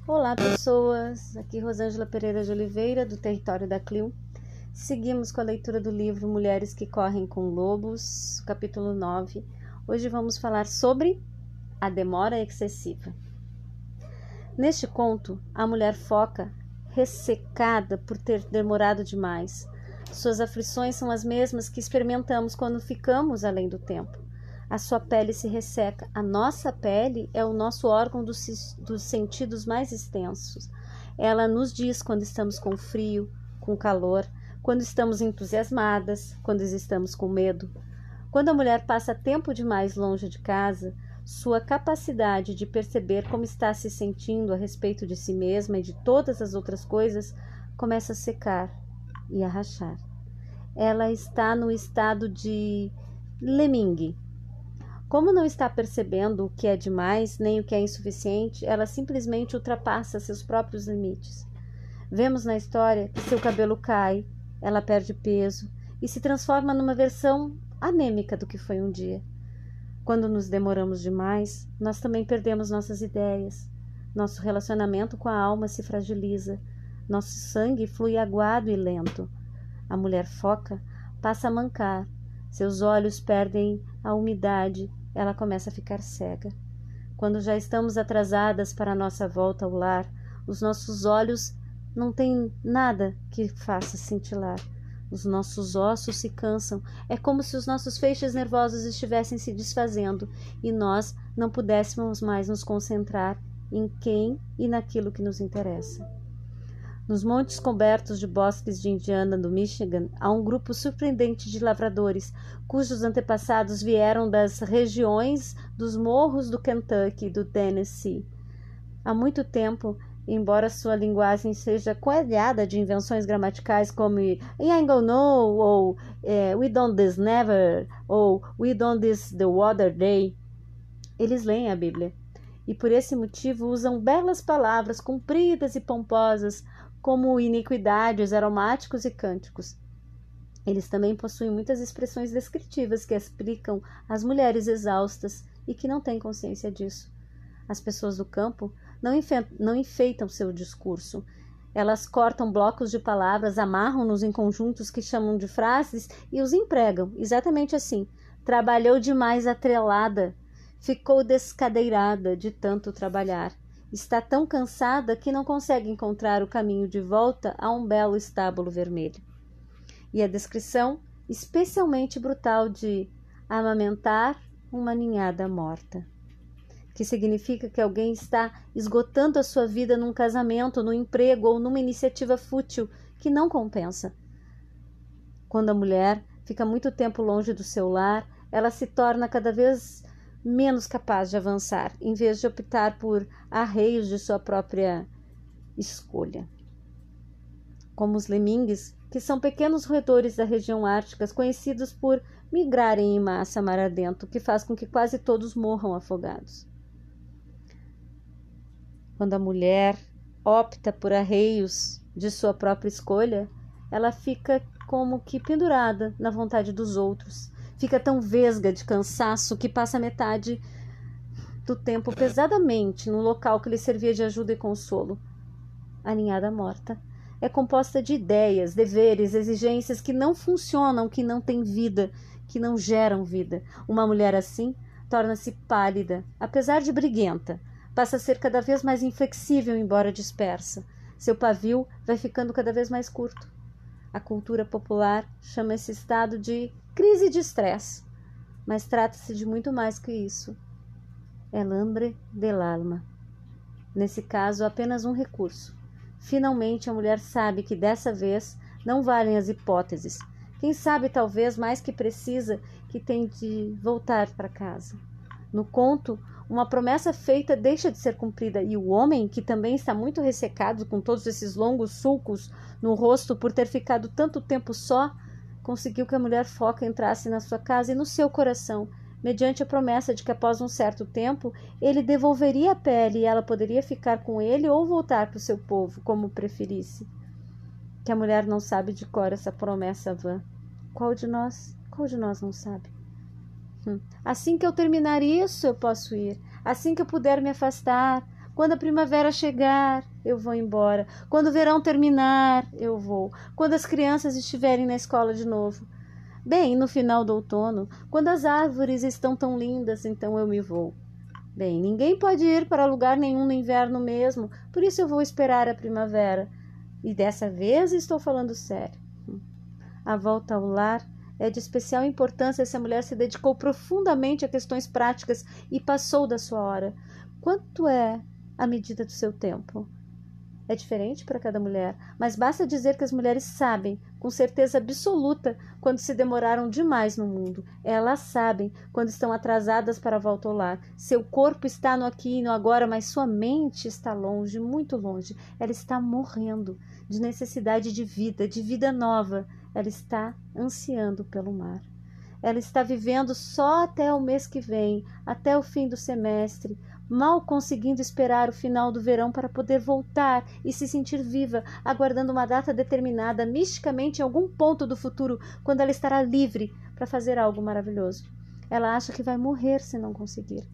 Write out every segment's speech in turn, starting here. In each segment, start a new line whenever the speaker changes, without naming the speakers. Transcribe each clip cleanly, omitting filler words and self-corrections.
Olá, pessoas! Aqui Rosângela Pereira de Oliveira, do Território da Clio. Seguimos com a leitura do livro Mulheres que Correm com Lobos, capítulo 9. Hoje vamos falar sobre a demora excessiva. Neste conto, a mulher foca, ressecada por ter demorado demais. Suas aflições são as mesmas que experimentamos quando ficamos além do tempo. A sua pele se resseca. A nossa pele é o nosso órgão dos sentidos mais extensos. Ela nos diz quando estamos com frio, com calor, quando estamos entusiasmadas, quando estamos com medo. Quando a mulher passa tempo demais longe de casa, sua capacidade de perceber como está se sentindo a respeito de si mesma e de todas as outras coisas começa a secar e a rachar. Ela está no estado de lemming. Como não está percebendo o que é demais nem o que é insuficiente, ela simplesmente ultrapassa seus próprios limites. Vemos na história que seu cabelo cai, ela perde peso e se transforma numa versão anêmica do que foi um dia. Quando nos demoramos demais, nós também perdemos nossas ideias. Nosso relacionamento com a alma se fragiliza. Nosso sangue flui aguado e lento. A mulher foca passa a mancar. Seus olhos perdem a umidade. Ela começa a ficar cega. Quando já estamos atrasadas para a nossa volta ao lar, os nossos olhos não têm nada que faça cintilar. Os nossos ossos se cansam. É como se os nossos feixes nervosos estivessem se desfazendo e nós não pudéssemos mais nos concentrar em quem e naquilo que nos interessa. Nos montes cobertos de bosques de Indiana, do Michigan, há um grupo surpreendente de lavradores, cujos antepassados vieram das regiões dos morros do Kentucky e do Tennessee. Há muito tempo, embora sua linguagem seja coalhada de invenções gramaticais como I ain't gonna know, ou we don't this never, ou we don't this the other day, eles leem a Bíblia. E por esse motivo usam belas palavras compridas e pomposas, como iniquidades, aromáticos e cânticos. Eles também possuem muitas expressões descritivas que explicam as mulheres exaustas e que não têm consciência disso. As pessoas do campo não enfeitam seu discurso. Elas cortam blocos de palavras, amarram-nos em conjuntos que chamam de frases e os empregam, exatamente assim. Trabalhou demais atrelada, ficou descadeirada de tanto trabalhar. Está tão cansada que não consegue encontrar o caminho de volta a um belo estábulo vermelho. E a descrição especialmente brutal de amamentar uma ninhada morta, que significa que alguém está esgotando a sua vida num casamento, num emprego ou numa iniciativa fútil que não compensa. Quando a mulher fica muito tempo longe do seu lar, ela se torna cada vez menos capaz de avançar, em vez de optar por arreios de sua própria escolha. Como os lemmings, que são pequenos roedores da região ártica, conhecidos por migrarem em massa mar adentro, que faz com que quase todos morram afogados. Quando a mulher opta por arreios de sua própria escolha, ela fica como que pendurada na vontade dos outros. Fica tão vesga de cansaço que passa metade do tempo pesadamente no local que lhe servia de ajuda e consolo. A ninhada morta é composta de ideias, deveres, exigências que não funcionam, que não têm vida, que não geram vida. Uma mulher assim torna-se pálida, apesar de briguenta. Passa a ser cada vez mais inflexível, embora dispersa. Seu pavio vai ficando cada vez mais curto. A cultura popular chama esse estado de crise de estresse, mas trata-se de muito mais que isso. El hambre del alma. Nesse caso, apenas um recurso. Finalmente, a mulher sabe que dessa vez não valem as hipóteses. Quem sabe, talvez, mais que precisa, que tem de voltar para casa. No conto, uma promessa feita deixa de ser cumprida e o homem, que também está muito ressecado com todos esses longos sulcos no rosto por ter ficado tanto tempo só, conseguiu que a mulher foca entrasse na sua casa e no seu coração, mediante a promessa de que após um certo tempo ele devolveria a pele e ela poderia ficar com ele ou voltar para o seu povo, como preferisse. Que a mulher não sabe de cor essa promessa vã. Qual de nós não sabe? Assim que eu terminar isso, eu posso ir. Assim que eu puder me afastar, Quando a primavera chegar, eu vou embora. Quando o verão terminar, eu vou. Quando as crianças estiverem na escola de novo. Bem, no final do outono, quando as árvores estão tão lindas, então eu me vou. Bem, ninguém pode ir para lugar nenhum no inverno mesmo, por isso eu vou esperar a primavera. E dessa vez estou falando sério. A volta ao lar é de especial importância se a mulher se dedicou profundamente a questões práticas e passou da sua hora. Quanto é a medida do seu tempo? É diferente para cada mulher, mas basta dizer que as mulheres sabem, com certeza absoluta, quando se demoraram demais no mundo. Elas sabem quando estão atrasadas para a volta ao lar. Seu corpo está no aqui e no agora, mas sua mente está longe, muito longe. Ela está morrendo de necessidade de vida nova. Ela está ansiando pelo mar. Ela está vivendo só até o mês que vem, até o fim do semestre, mal conseguindo esperar o final do verão para poder voltar e se sentir viva, aguardando uma data determinada, misticamente em algum ponto do futuro, quando ela estará livre para fazer algo maravilhoso. Ela acha que vai morrer se não conseguir.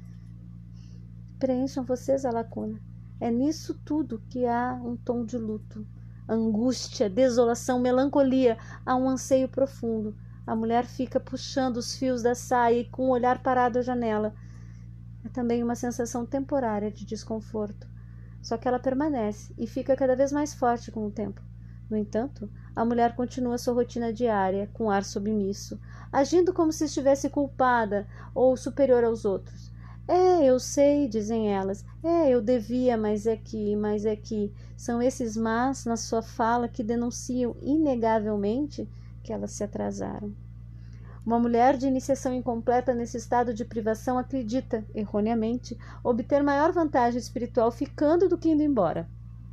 Preencham vocês a lacuna. É nisso tudo que há um tom de luto, angústia, desolação, melancolia, há um anseio profundo. A mulher fica puxando os fios da saia e com o olhar parado à janela. É também uma sensação temporária de desconforto. Só que ela permanece e fica cada vez mais forte com o tempo. No entanto, a mulher continua sua rotina diária, com ar submisso, agindo como se estivesse culpada ou superior aos outros. Eu sei, dizem elas. Eu devia, mas é que. São esses mas na sua fala que denunciam inegavelmente que elas se atrasaram. Uma mulher de iniciação incompleta nesse estado de privação acredita, erroneamente, obter maior vantagem espiritual ficando do que indo embora.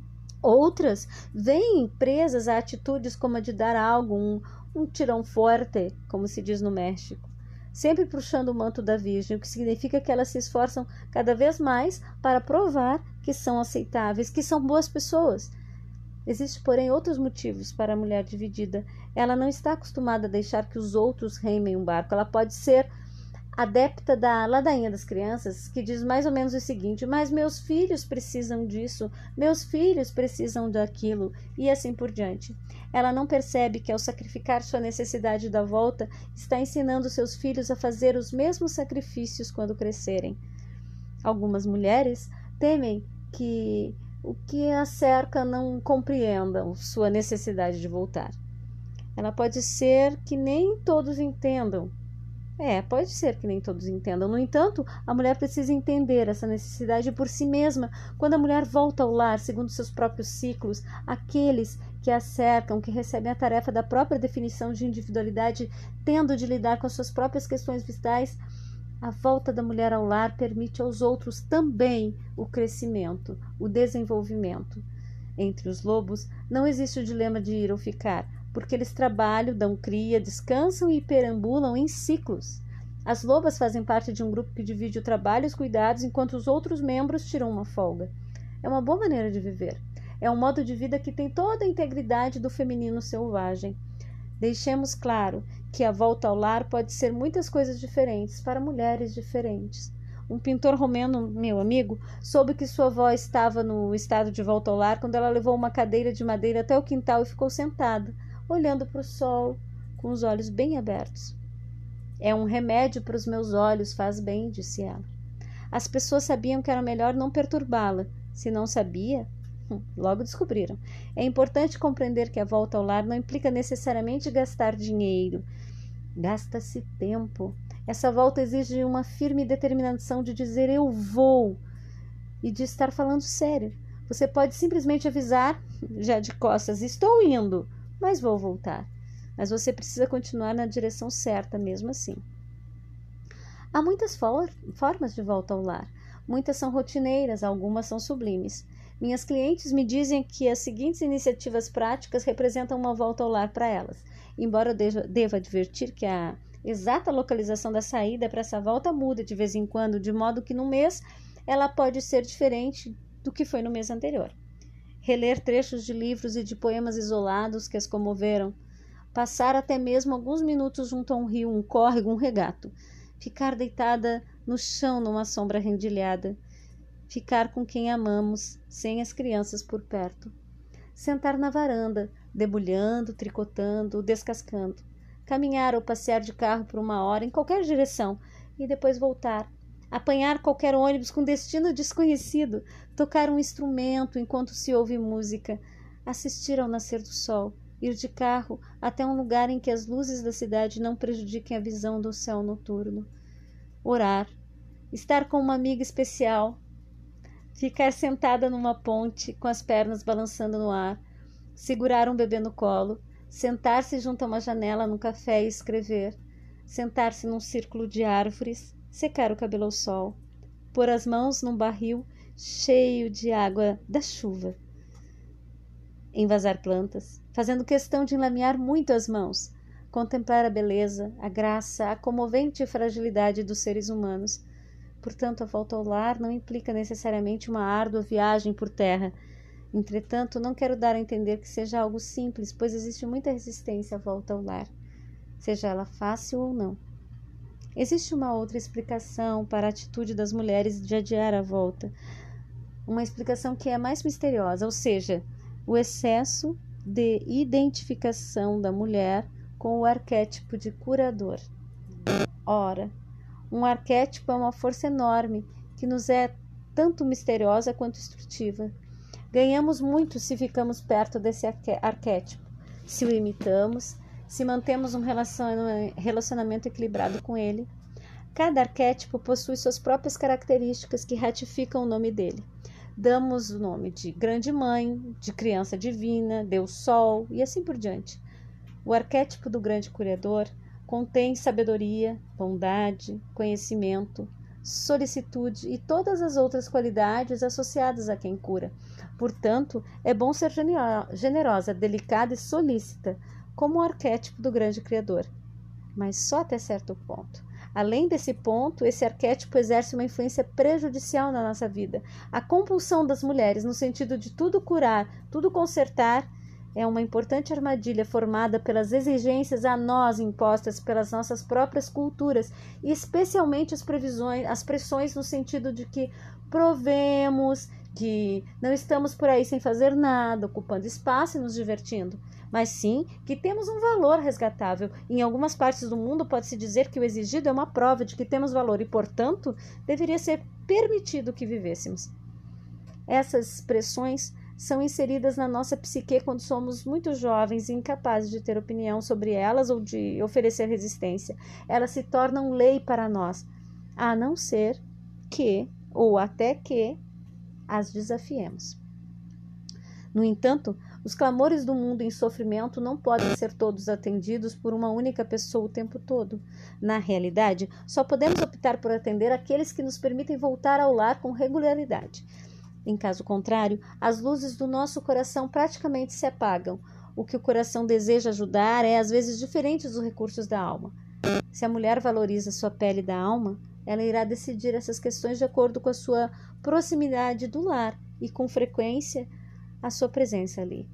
Outras veem presas a atitudes como a de dar algo, um tirão forte, como se diz no México, sempre puxando o manto da Virgem, o que significa que elas se esforçam cada vez mais para provar que são aceitáveis, que são boas pessoas. Existe, porém, outros motivos para a mulher dividida. Ela não está acostumada a deixar que os outros remem um barco. Ela pode ser adepta da ladainha das crianças, que diz mais ou menos o seguinte: mas meus filhos precisam disso, meus filhos precisam daquilo, e assim por diante. Ela não percebe que, ao sacrificar sua necessidade da volta, está ensinando seus filhos a fazer os mesmos sacrifícios quando crescerem. Algumas mulheres temem que o que a cerca não compreendam sua necessidade de voltar. Ela pode ser que nem todos entendam. Pode ser que nem todos entendam. No entanto, a mulher precisa entender essa necessidade por si mesma. Quando a mulher volta ao lar, segundo seus próprios ciclos, aqueles que a cercam, que recebem a tarefa da própria definição de individualidade, tendo de lidar com as suas próprias questões vitais, a volta da mulher ao lar permite aos outros também o crescimento, o desenvolvimento. Entre os lobos não existe o dilema de ir ou ficar, porque eles trabalham, dão cria, descansam e perambulam em ciclos. As lobas fazem parte de um grupo que divide o trabalho e os cuidados, enquanto os outros membros tiram uma folga. É uma boa maneira de viver. É um modo de vida que tem toda a integridade do feminino selvagem. Deixemos claro que a volta ao lar pode ser muitas coisas diferentes para mulheres diferentes. Um pintor romeno, meu amigo, soube que sua avó estava no estado de volta ao lar quando ela levou uma cadeira de madeira até o quintal e ficou sentada, olhando para o sol, com os olhos bem abertos. É um remédio para os meus olhos, faz bem, disse ela. As pessoas sabiam que era melhor não perturbá-la. Se não sabia, logo descobriram. É importante compreender que a volta ao lar não implica necessariamente gastar dinheiro. Gasta-se tempo. Essa volta exige uma firme determinação de dizer eu vou e de estar falando sério. Você pode simplesmente avisar, já de costas, estou indo, mas vou voltar. Mas você precisa continuar na direção certa mesmo assim. Há muitas formas de volta ao lar. Muitas são rotineiras, algumas são sublimes. Minhas clientes me dizem que as seguintes iniciativas práticas representam uma volta ao lar para elas. Embora eu deva advertir que a exata localização da saída para essa volta muda de vez em quando, de modo que no mês ela pode ser diferente do que foi no mês anterior. Reler trechos de livros e de poemas isolados que as comoveram. Passar até mesmo alguns minutos junto a um rio, um córrego, um regato. Ficar deitada no chão numa sombra rendilhada. ficar com quem amamos, sem as crianças por perto. Sentar na varanda, debulhando, tricotando, descascando. Caminhar ou passear de carro por 1 hora em qualquer direção e depois voltar. Apanhar qualquer ônibus com destino desconhecido, tocar um instrumento enquanto se ouve música, assistir ao nascer do sol, ir de carro até um lugar em que as luzes da cidade não prejudiquem a visão do céu noturno. Orar, estar com uma amiga especial, ficar sentada numa ponte com as pernas balançando no ar, segurar um bebê no colo, sentar-se junto a uma janela num café e escrever, sentar-se num círculo de árvores, secar o cabelo ao sol, pôr as mãos num barril cheio de água da chuva, envasar plantas, fazendo questão de enlamear muito as mãos, contemplar a beleza, a graça, a comovente fragilidade dos seres humanos. Portanto, a volta ao lar não implica necessariamente uma árdua viagem por terra. Entretanto, não quero dar a entender que seja algo simples, pois existe muita resistência à volta ao lar, seja ela fácil ou não. Existe uma outra explicação para a atitude das mulheres de adiar a volta, uma explicação que é mais misteriosa, ou seja, o excesso de identificação da mulher com o arquétipo de curador. Ora, um arquétipo é uma força enorme que nos é tanto misteriosa quanto instrutiva. Ganhamos muito se ficamos perto desse arquétipo, se o imitamos, se mantemos um relacionamento equilibrado com ele. Cada arquétipo possui suas próprias características que ratificam o nome dele. Damos o nome de Grande Mãe, de Criança Divina, Deus Sol e assim por diante. O arquétipo do Grande Curador contém sabedoria, bondade, conhecimento, solicitude e todas as outras qualidades associadas a quem cura. Portanto, é bom ser generosa, delicada e solícita, como o arquétipo do Grande Criador, mas só até certo ponto. Além desse ponto, esse arquétipo exerce uma influência prejudicial na nossa vida. A compulsão das mulheres, no sentido de tudo curar, tudo consertar, é uma importante armadilha formada pelas exigências a nós impostas pelas nossas próprias culturas, e especialmente as pressões no sentido de que provemos, que não estamos por aí sem fazer nada, ocupando espaço e nos divertindo, mas sim que temos um valor resgatável. Em algumas partes do mundo pode-se dizer que o exigido é uma prova de que temos valor e, portanto, deveria ser permitido que vivêssemos. Essas pressões são inseridas na nossa psique quando somos muito jovens e incapazes de ter opinião sobre elas ou de oferecer resistência. Elas se tornam lei para nós, a não ser que, ou até que, as desafiemos. No entanto, os clamores do mundo em sofrimento não podem ser todos atendidos por uma única pessoa o tempo todo. Na realidade, só podemos optar por atender aqueles que nos permitem voltar ao lar com regularidade. Em caso contrário, as luzes do nosso coração praticamente se apagam. O que o coração deseja ajudar é às vezes diferente dos recursos da alma. Se a mulher valoriza sua pele da alma, ela irá decidir essas questões de acordo com a sua proximidade do lar e, com frequência, a sua presença ali.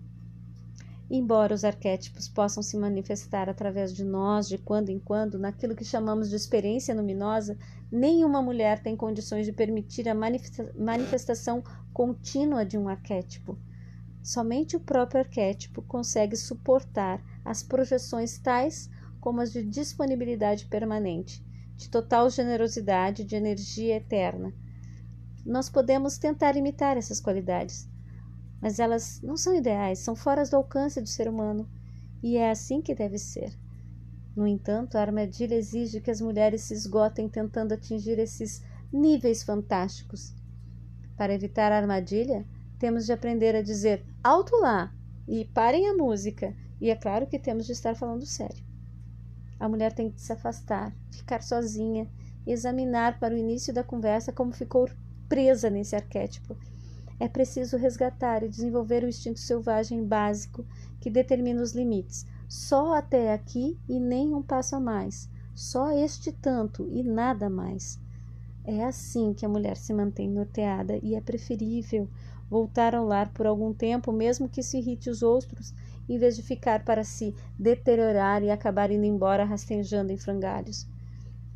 Embora os arquétipos possam se manifestar através de nós de quando em quando naquilo que chamamos de experiência luminosa, nenhuma mulher tem condições de permitir a manifestação contínua de um arquétipo. Somente o próprio arquétipo consegue suportar as projeções tais como as de disponibilidade permanente, de total generosidade, de energia eterna. Nós podemos tentar imitar essas qualidades, mas elas não são ideais, são fora do alcance do ser humano, e é assim que deve ser. No entanto, a armadilha exige que as mulheres se esgotem tentando atingir esses níveis fantásticos. Para evitar a armadilha, temos de aprender a dizer alto lá e parem a música, e é claro que temos de estar falando sério. A mulher tem que se afastar, ficar sozinha e examinar para o início da conversa como ficou presa nesse arquétipo. É preciso resgatar e desenvolver o instinto selvagem básico que determina os limites. Só até aqui e nem um passo a mais. Só este tanto e nada mais. É assim que a mulher se mantém norteada e é preferível voltar ao lar por algum tempo, mesmo que isso irrite os outros, em vez de ficar para se deteriorar e acabar indo embora rastejando em frangalhos.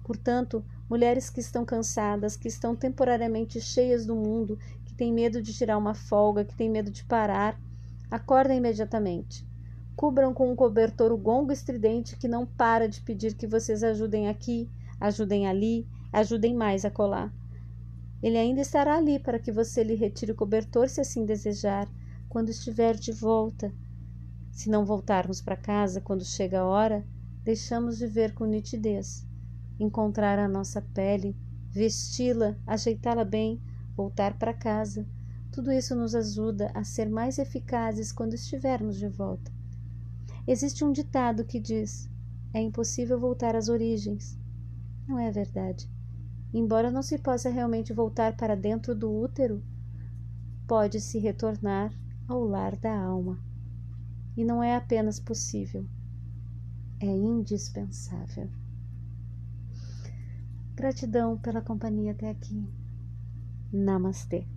Portanto, mulheres que estão cansadas, que estão temporariamente cheias do mundo, que têm medo de tirar uma folga, que têm medo de parar, acordem imediatamente. Cubram com um cobertor o gongo estridente que não para de pedir que vocês ajudem aqui, ajudem ali, ajudem mais acolá. Ele ainda estará ali para que você lhe retire o cobertor, se assim desejar, quando estiver de volta. Se não voltarmos para casa quando chega a hora, deixamos de ver com nitidez. Encontrar a nossa pele, vesti-la, ajeitá-la bem, voltar para casa. Tudo isso nos ajuda a ser mais eficazes quando estivermos de volta. Existe um ditado que diz: é impossível voltar às origens. Não é verdade. Embora não se possa realmente voltar para dentro do útero, pode-se retornar ao lar da alma. E não é apenas possível, é indispensável. Gratidão pela companhia até aqui. Namastê.